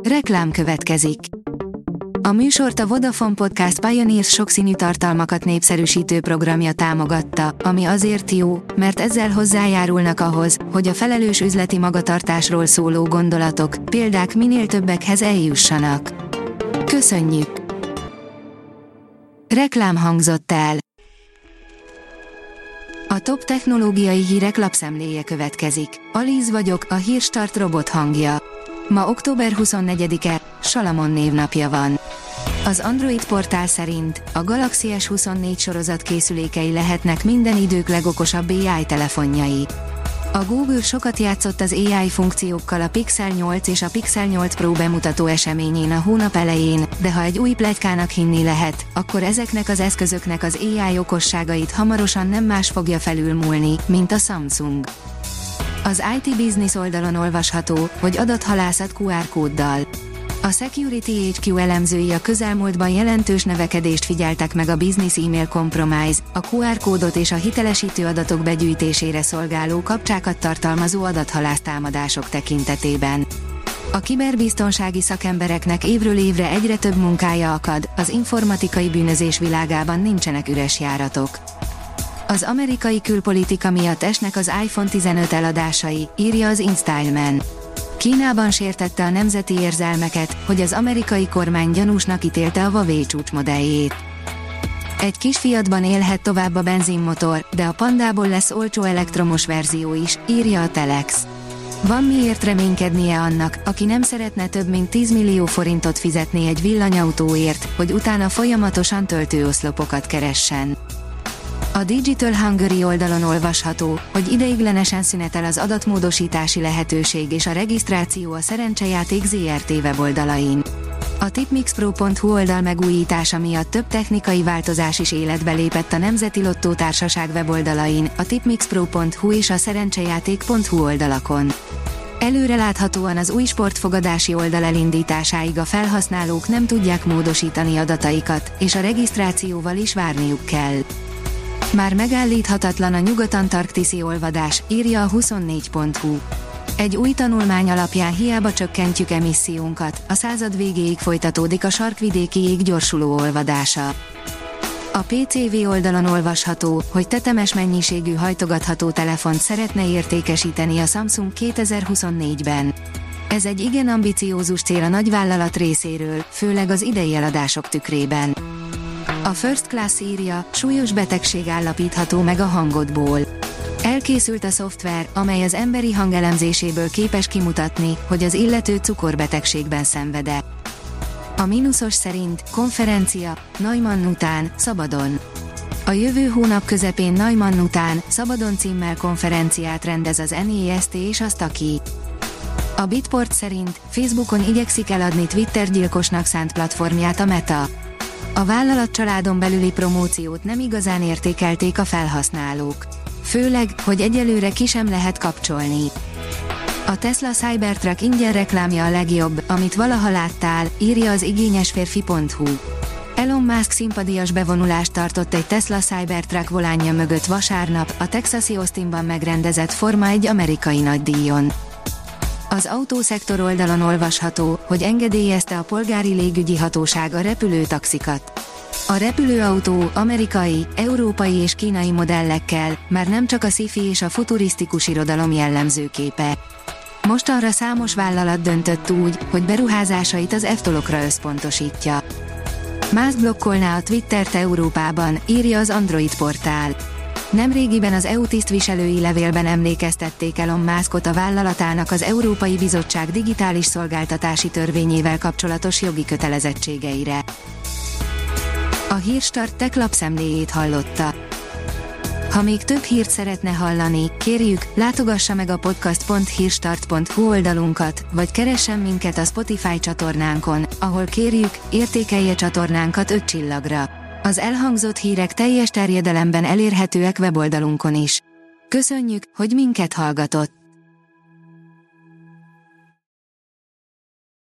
Reklám következik. A műsort a Vodafone Podcast Pioneers sokszínű tartalmakat népszerűsítő programja támogatta, ami azért jó, mert ezzel hozzájárulnak ahhoz, hogy a felelős üzleti magatartásról szóló gondolatok, példák minél többekhez eljussanak. Köszönjük! Reklám hangzott el. A top technológiai hírek lapszemléje következik. Alíz vagyok, a Hírstart robot hangja. Ma október 24-e, Salamon névnapja van. Az Android portál szerint a Galaxy S24 sorozat készülékei lehetnek minden idők legokosabb AI telefonjai. A Google sokat játszott az AI funkciókkal a Pixel 8 és a Pixel 8 Pro bemutató eseményén a hónap elején, de ha egy új pletykának hinni lehet, akkor ezeknek az eszközöknek az AI okosságait hamarosan nem más fogja felülmúlni, mint a Samsung. Az IT Business oldalon olvasható, hogy adathalászat QR kóddal. A Security HQ elemzői a közelmúltban jelentős növekedést figyeltek meg a Business Email Compromise, a QR kódot és a hitelesítő adatok begyűjtésére szolgáló kapcsákat tartalmazó adathalász támadások tekintetében. A kiberbiztonsági szakembereknek évről évre egyre több munkája akad, az informatikai bűnözés világában nincsenek üres járatok. Az amerikai külpolitika miatt esnek az iPhone 15 eladásai, írja az InStyleman. Kínában sértette a nemzeti érzelmeket, hogy az amerikai kormány gyanúsnak ítélte a Huawei csúcsmodelljét. Egy kis Fiatban élhet tovább a benzinmotor, de a Pandából lesz olcsó elektromos verzió is, írja a Telex. Van miért reménykednie annak, aki nem szeretne több mint 10 millió forintot fizetni egy villanyautóért, hogy utána folyamatosan töltőoszlopokat keressen. A Digital Hungary oldalon olvasható, hogy ideiglenesen szünetel az adatmódosítási lehetőség és a regisztráció a Szerencsejáték ZRT weboldalain. A tipmixpro.hu oldal megújítása miatt több technikai változás is életbe lépett a Nemzeti Lottó Társaság weboldalain, a tipmixpro.hu és a szerencsejáték.hu oldalakon. Előreláthatóan az új sportfogadási oldal elindításáig a felhasználók nem tudják módosítani adataikat, és a regisztrációval is várniuk kell. Már megállíthatatlan a nyugat-antarktiszi olvadás, írja a 24.hu. Egy új tanulmány alapján hiába csökkentjük emissziónkat, a század végéig folytatódik a sarkvidéki jég gyorsuló olvadása. A PCV oldalon olvasható, hogy tetemes mennyiségű hajtogatható telefont szeretne értékesíteni a Samsung 2024-ben. Ez egy igen ambiciózus cél a nagyvállalat részéről, főleg az idei eladások tükrében. A First Class írja, súlyos betegség állapítható meg a hangodból. Elkészült a szoftver, amely az emberi hang elemzéséből képes kimutatni, hogy az illető cukorbetegségben szenved-e. A mínuszos szerint konferencia, Neumann után, szabadon. A jövő hónap közepén Neumann után, szabadon címmel konferenciát rendez az NEST és a Staki. A Bitport szerint Facebookon igyekszik eladni Twitter gyilkosnak szánt platformját a Meta. A vállalat családon belüli promóciót nem igazán értékelték a felhasználók. Főleg, hogy egyelőre ki sem lehet kapcsolni. A Tesla Cybertruck ingyen reklámja a legjobb, amit valaha láttál, írja az igényesférfi.hu. Elon Musk szimpadias bevonulást tartott egy Tesla Cybertruck volánja mögött vasárnap, a texasi Austinban megrendezett Forma 1 amerikai nagydíjon. Az autószektor oldalon olvasható, hogy engedélyezte a polgári légügyi hatóság a repülőtaxikat. A repülőautó amerikai, európai és kínai modellekkel már nem csak a sci-fi és a futurisztikus irodalom jellemzőképe. Mostanra számos vállalat döntött úgy, hogy beruházásait az F-tolokra összpontosítja. Musk blokkolná a Twittert Európában, írja az Android portál. Nemrégiben az EU tisztviselői levélben emlékeztették Elon Muskot a vállalatának az Európai Bizottság digitális szolgáltatási törvényével kapcsolatos jogi kötelezettségeire. A Hírstart tech lapszemléjét hallotta. Ha még több hírt szeretne hallani, kérjük, látogassa meg a podcast.hírstart.hu oldalunkat, vagy keressen minket a Spotify csatornánkon, ahol kérjük, értékelje csatornánkat 5 csillagra. Az elhangzott hírek teljes terjedelemben elérhetőek weboldalunkon is. Köszönjük, hogy minket hallgatott!